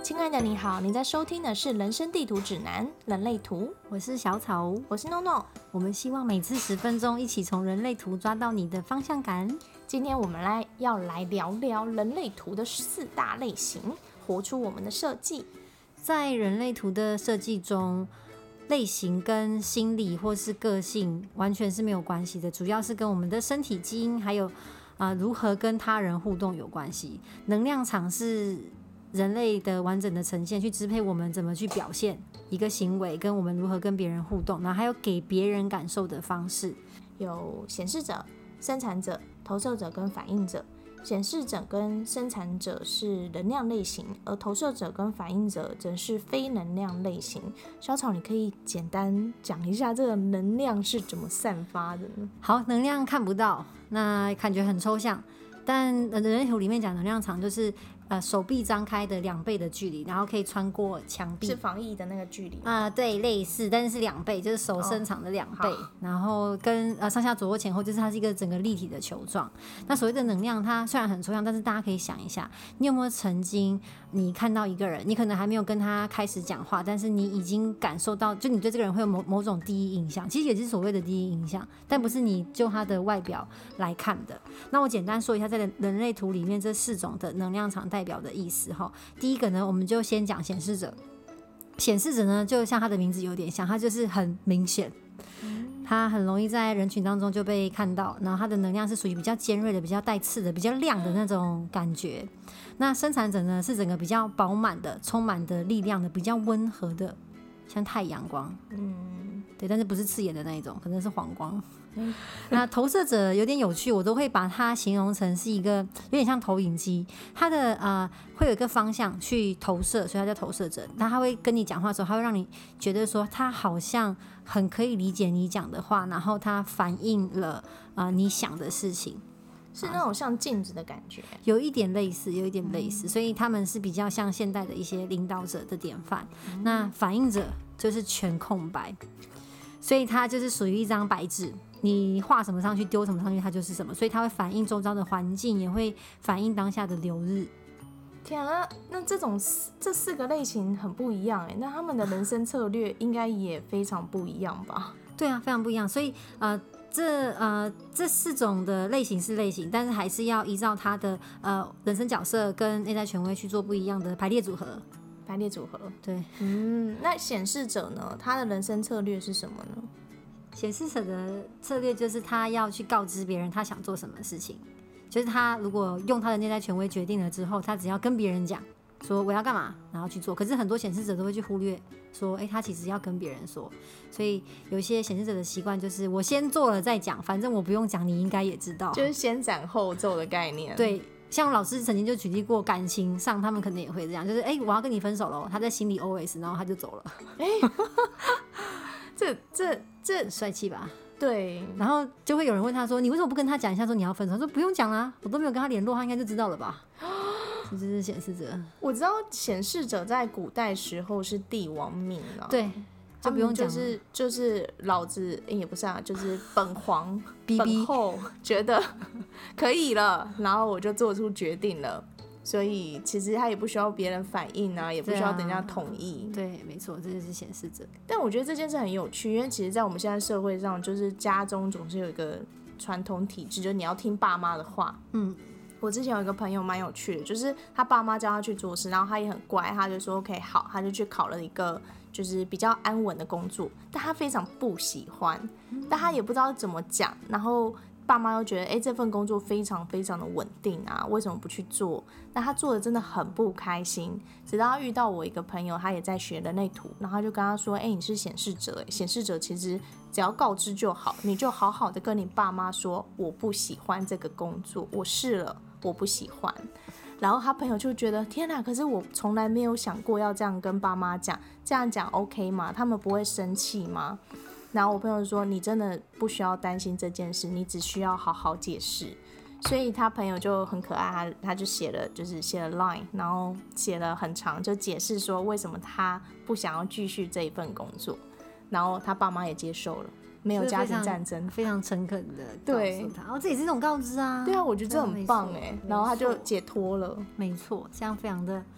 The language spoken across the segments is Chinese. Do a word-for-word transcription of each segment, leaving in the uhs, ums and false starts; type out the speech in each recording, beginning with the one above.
亲爱的你好，你在收听的是人生地图指南人类图， 我是小草， 我是 NoNo。 我们希望每次十分钟一起从人类图抓到你的方向感。 今天我们来要来聊聊人类图的四大类型，活出我们的设计。 在人类图的设计中，类型跟心理或是个性完全是没有关系的，主要是跟我们的身体基因还有、呃、如何跟他人互动有关系。能量场是人类的完整的呈现，去支配我们怎么去表现一个行为，跟我们如何跟别人互动，然后还有给别人感受的方式。 有显示者、生产者、投射者跟反应者。显示者跟生产者是能量类型，而投射者跟反应者则是非能量类型。小草，你可以简单讲一下这个能量是怎么散发的呢？ 好，能量看不到，那感觉很抽象，但人类图里面讲能量场就是呃手臂张开的两倍的距离，然后可以穿过墙壁， 是防疫的那个距离啊、呃，对，类似，但是是两倍，就是手伸长的两倍，哦、然后跟呃上下左右前后，就是它是一个整个立体的球状。那所谓的能量，它虽然很抽象，但是大家可以想一下，你有没有曾经你看到一个人，你可能还没有跟他开始讲话，但是你已经感受到，就你对这个人会有某某种第一印象，其实也是所谓的第一印象，但不是你就他的外表来看的。那我简单说一下，在人类图里面这四种的能量场代表的意思哈。第一个呢，我们就先讲显示者。显示者呢，就像他的名字有点像，他就是很明显，他很容易在人群当中就被看到，然后他的能量是属于比较尖锐的、比较带刺的、比较亮的那种感觉。那生产者呢，是整个比较饱满的、充满的力量的、比较温和的，像太阳光，嗯，对，但是不是刺眼的那一种，可能是黄光。那投射者有点有趣，我都会把它形容成是一个有点像投影机，它的呃会有一个方向去投射，所以它叫投射者。那他会跟你讲话的时候，他会让你觉得说他好像很可以理解你讲的话，然后他反映了呃你想的事情， 是那种像镜子的感觉， 有一点类似，有一点类似，所以他们是比较像现代的一些领导者的典范。嗯、那反应者就是全空白，所以它就是属于一张白纸。你画什么上去，丢什么上去，它就是什么，所以它会反映周遭的环境，也会反映当下的流日。 天啊，那这种这四个类型很不一样哎，那他们的人生策略应该也非常不一样吧？ 对啊，非常不一样。所以呃，这呃这四种的类型是类型，但是还是要依照他的呃人生角色跟内在权威去做不一样的排列组合。 排列组合， 对， 嗯，那显示者呢？他的人生策略是什么呢？ 显示者的策略就是他要去告知别人他想做什么事情，就是他如果用他的内在权威决定了之后，他只要跟别人讲说我要干嘛，然后去做。可是很多显示者都会去忽略说，哎，他其实要跟别人说。所以有一些显示者的习惯就是我先做了再讲，反正我不用讲，你应该也知道， 就是先斩后奏的概念。 对。像老师曾经就举例过，感情上他们可能也会这样，就是哎，我要跟你分手了，他在心里 O S， 然后他就走了。哎， 这这这帅气吧？ 对。 然后就会有人问他说：“你为什么不跟他讲一下说你要分手？”他说：“不用讲啦，我都没有跟他联络，他应该就知道了吧？”这就是显示者。我知道显示者在古代时候是帝王命啊。 对。就不用讲了， 就是就是老子、欸、也不是啊，就是本皇本后觉得可以了，然后我就做出决定了，所以其实他也不需要别人反应啊，也不需要人家同意。 对、啊，对，没错，这就是显示者。 但我觉得这件事很有趣，因为其实在我们现在社会上，就是家中总是有一个传统体制，就是你要听爸妈的话。嗯。我之前有一个朋友蛮有趣的，就是他爸妈叫他去做事，然后他也很乖，他就说 OK 好，他就去考了一个就是比较安稳的工作，但他非常不喜欢，但他也不知道怎么讲，然后爸妈又觉得哎、欸、这份工作非常非常的稳定啊，为什么不去做？但他做的真的很不开心，直到他遇到我一个朋友，他也在学人类图，然后他就跟他说，哎、欸、你是显示者，哎显示者其实只要告知就好，你就好好的跟你爸妈说我不喜欢这个工作，我试了我不喜欢。然后他朋友就觉得天哪，可是我从来没有想过要这样跟爸妈讲，这样讲 OK 吗？他们不会生气吗？然后我朋友说你真的不需要担心这件事，你只需要好好解释。所以他朋友就很可爱，他他就写了就是写了 line， 然后写了很长，就解释说为什么他不想要继续这一份工作，然后他爸妈也接受了，没有家庭战争， 非常诚恳的告诉他，哦，这也是一种告知啊。 对啊，我觉得这很棒哎，然后他就解脱了。 没错，这样非常的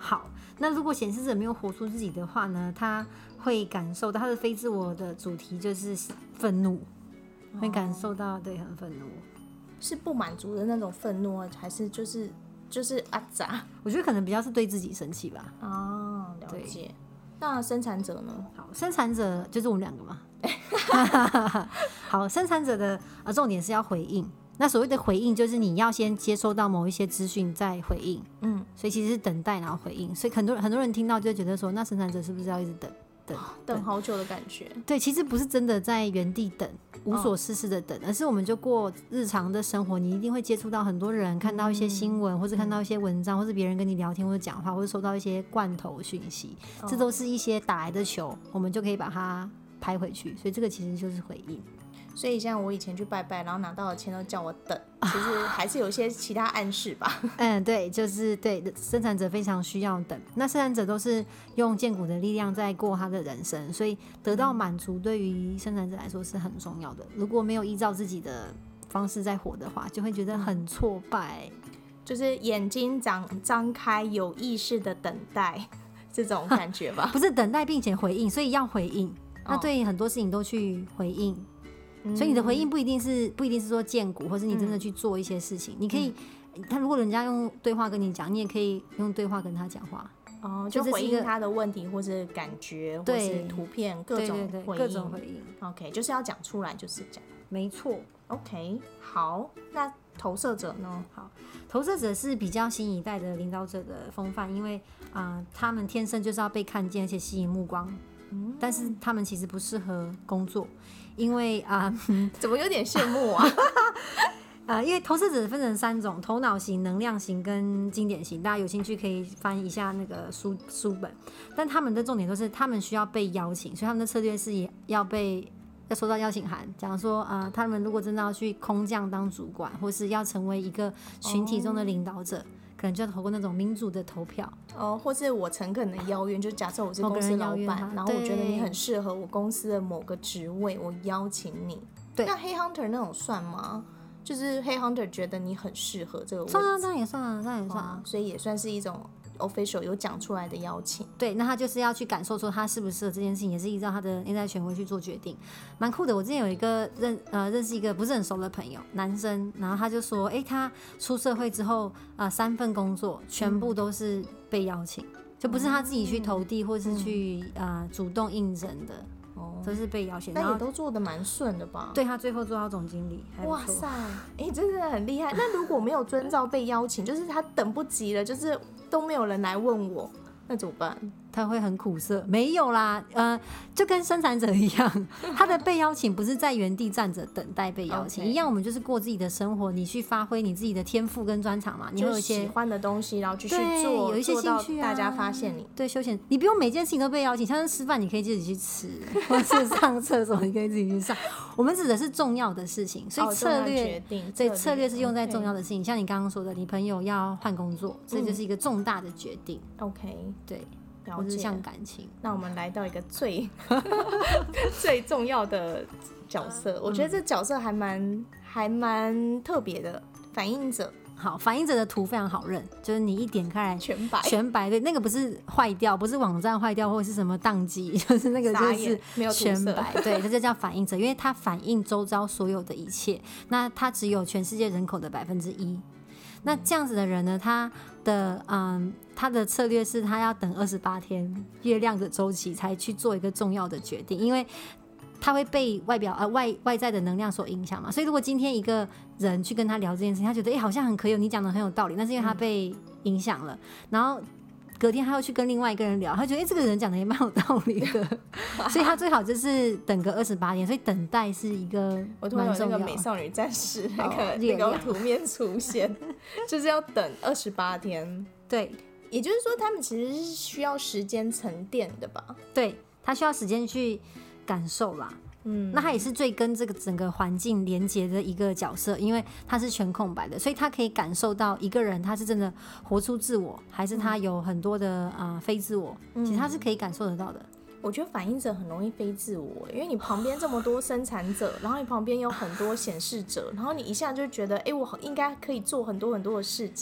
好，那如果显示者没有活出自己的话呢，他会感受到他的非自我的主题就是愤怒，会感受到对很愤怒， 是不满足的那种愤怒，还是就是就是阿杂？ 我觉得可能比较是对自己生气吧。 哦，了解。那生产者呢？ 好，生产者就是我们两个嘛。好，生产者的、呃、重点是要回应。那所谓的回应，就是你要先接收到某一些资讯再回应。嗯，所以其实是等待然后回应。所以很多很多人听到就会觉得说，那生产者是不是要一直等等等好久的感觉？ 对，其实不是真的在原地等，无所事事的等，哦、而是我们就过日常的生活，你一定会接触到很多人，看到一些新闻，嗯、或者看到一些文章，或是别人跟你聊天或者讲话，或者收到一些罐头讯息，哦、这都是一些打来的球，我们就可以把它拍回去。所以这个其实就是回应。 所以像我以前去拜拜，然后拿到的钱都叫我等，其实还是有一些其他暗示吧。 嗯，对，就是对生产者非常需要等。那生产者都是用剑骨的力量在过他的人生，所以得到满足对于生产者来说是很重要的。如果没有依照自己的方式在活的话，就会觉得很挫败。 就是眼睛张张开，有意识的等待这种感觉吧。 不是等待并且回应，所以要回应。那对很多事情都去回应。所以你的回应不一定是不一定是说见骨，或是你真的去做一些事情。嗯、你可以，他如果人家用对话跟你讲，你也可以用对话跟他讲话。 哦，就回应他的问题，或是感觉，或是图片，各种回应，对对对各种回应。OK， 就是要讲出来，就是这样。 没错。 OK， 好，那投射者呢？ 好，投射者是比较新一代的领导者的风范，因为啊、呃，他们天生就是要被看见，而且吸引目光。嗯、但是他们其实不适合工作。因为啊，呃、 怎么有点羡慕啊？ 呃，因为投射者分成三种：头脑型、能量型跟经典型。大家有兴趣可以翻一下那个书书本。但他们的重点都是，他们需要被邀请，所以他们的策略是也要被要收到邀请函，讲说啊、呃，他们如果真的要去空降当主管，或是要成为一个群体中的领导者。哦，可能就要透过那种民主的投票哦，或是我诚恳的邀约，就假设我是公司老板，然后我觉得你很适合我公司的某个职位，我邀请你。对，那黑 hunter 那种算吗？就是黑 hunter 觉得你很适合这个位置， 算啊，当然也算啊，当然也算啊、 哦，所以也算是一种 official 有讲出来的邀请。 对，那他就是要去感受说他适不适合这件事情，也是依照他的内在权威去做决定，蛮酷的。我之前有一个认呃认识一个不是很熟的朋友，男生，然后他就说，哎、欸，他出社会之后啊、呃，三份工作全部都是被邀请，嗯、就不是他自己去投递或是去啊、呃、主动应征的。哦，都是被邀请， 那也都做得蛮顺的吧？ 对，他最后做到总经理， 哇塞，哎、欸，真的很厉害。那如果没有遵照被邀请，就是他等不及了，就是都没有人来问我，那怎么办？ 他会很苦涩。没有啦，呃，就跟生产者一样，他的被邀请不是在原地站着等待被邀请， okay. 一样，我们就是过自己的生活，你去发挥你自己的天赋跟专长嘛，你会有一些喜欢的东西，然后继续做， 有一些兴趣啊， 大家发现你， 对，休闲，你不用每件事情都被邀请，像是吃饭你可以自己去吃，或是上厕所你可以自己去上。我们指的是重要的事情，所以策略，对、哦，策略是用在重要的事情， okay. 像你刚刚说的，你朋友要换工作，这就是一个重大的决定。 OK， 对。或是像感情， 那我们来到一个最最重要的角色，我觉得这角色还蛮还蛮特别的，反应者。 好，反应者的图非常好认，就是你一点开来全白， 全白，对，那个不是坏掉，不是网站坏掉或者是什么宕机，就是那个就是全白，对，这就叫反应者，因为它反映周遭所有的一切，那它只有全世界人口的百分之一。那这样子的人呢，他的嗯，他的策略是他要等二十八天月亮的周期才去做一个重要的决定，因为他会被外表呃外外在的能量所影响嘛。所以如果今天一个人去跟他聊这件事情，他觉得哎、欸、好像很可以，你讲的很有道理，那是因为他被影响了，然后隔天他又去跟另外一个人聊，他觉得哎、欸、这个人讲的也蛮有道理的，所以他最好就是等个二十八天，所以等待是一个我突然有那个美少女战士那个、哦、那个图面出现，就是要等二十八天。 对， 也就是说他们其实是需要时间沉淀的吧？ 对，他需要时间去感受啦。嗯，那他也是最跟这个整个环境连接的一个角色，因为他是全空白的，所以他可以感受到一个人他是真的活出自我，还是他有很多的、呃、非自我，其实他是可以感受得到的。 我觉得反应者很容易非自我，因为你旁边这么多生产者，然后你旁边有很多显示者，然后你一下就觉得，哎、欸，我应该可以做很多很多的事情，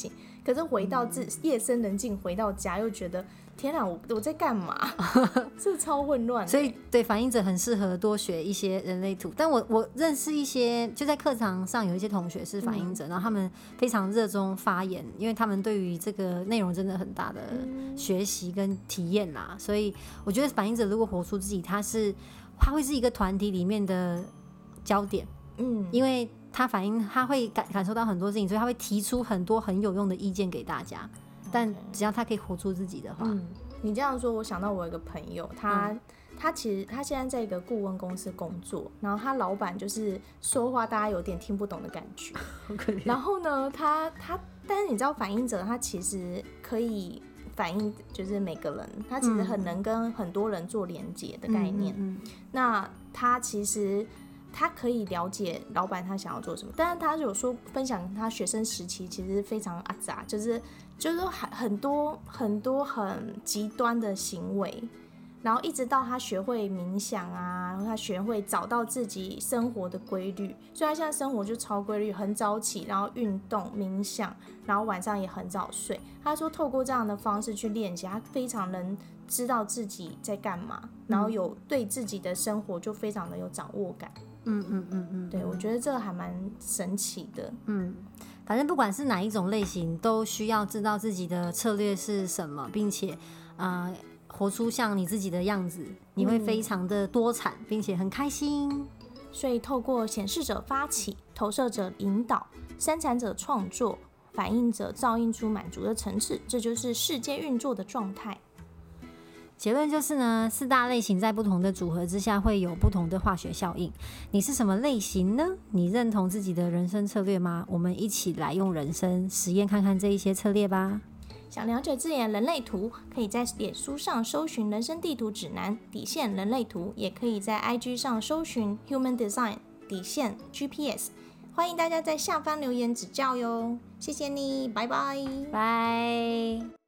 可是回到自、嗯、夜深人静回到家又觉得天啊，我我在干嘛？这超混乱。 所以对反映者很适合多学一些人类图。但我我认识一些，就在课堂上有一些同学是反映者，嗯、然后他们非常热衷发言，因为他们对于这个内容真的很大的学习跟体验啦。所以我觉得反映者如果活出自己，他是他会是一个团体里面的焦点，嗯，因为他反映他会 感, 感受到很多事情，所以他会提出很多很有用的意见给大家。但只要他可以活出自己的话， 嗯，你这样说，我想到我有一个朋友，他、嗯、他其实他现在在一个顾问公司工作，然后他老板就是说话大家有点听不懂的感觉， 好可怜。 然后呢，他他，但是你知道反映者他其实可以反映就是每个人，他其实很能跟很多人做连结的概念。嗯嗯嗯、那他其实。他可以了解老板他想要做什么，但是他有说分享他学生时期其实非常阿杂，就是就是很多很多很极端的行为，然后一直到他学会冥想啊，然后他学会找到自己生活的规律，所以他现在生活就超规律，很早起，然后运动冥想，然后晚上也很早睡。他说透过这样的方式去练习，他非常能知道自己在干嘛，然后有对自己的生活就非常的有掌握感。嗯嗯嗯嗯，对，我觉得这个还蛮神奇的。 嗯，反正不管是哪一种类型，都需要知道自己的策略是什么，并且呃活出像你自己的样子，你会非常的多产，并且很开心。 所以透过显示者发起，投射者引导，生产者创作，反映者照映出满足的层次，这就是世界运作的状态。 结论就是呢，四大类型在不同的组合之下会有不同的化学效应。你是什么类型呢？你认同自己的人生策略吗？我们一起来用人生实验看看这一些策略吧。 想了解自己的人类图，可以在脸书上搜寻人生地图指南底线人类图，也可以在 I G 上搜寻 Human Design 底线 G P S。欢迎大家在下方留言指教哟，谢谢你，拜拜， 拜。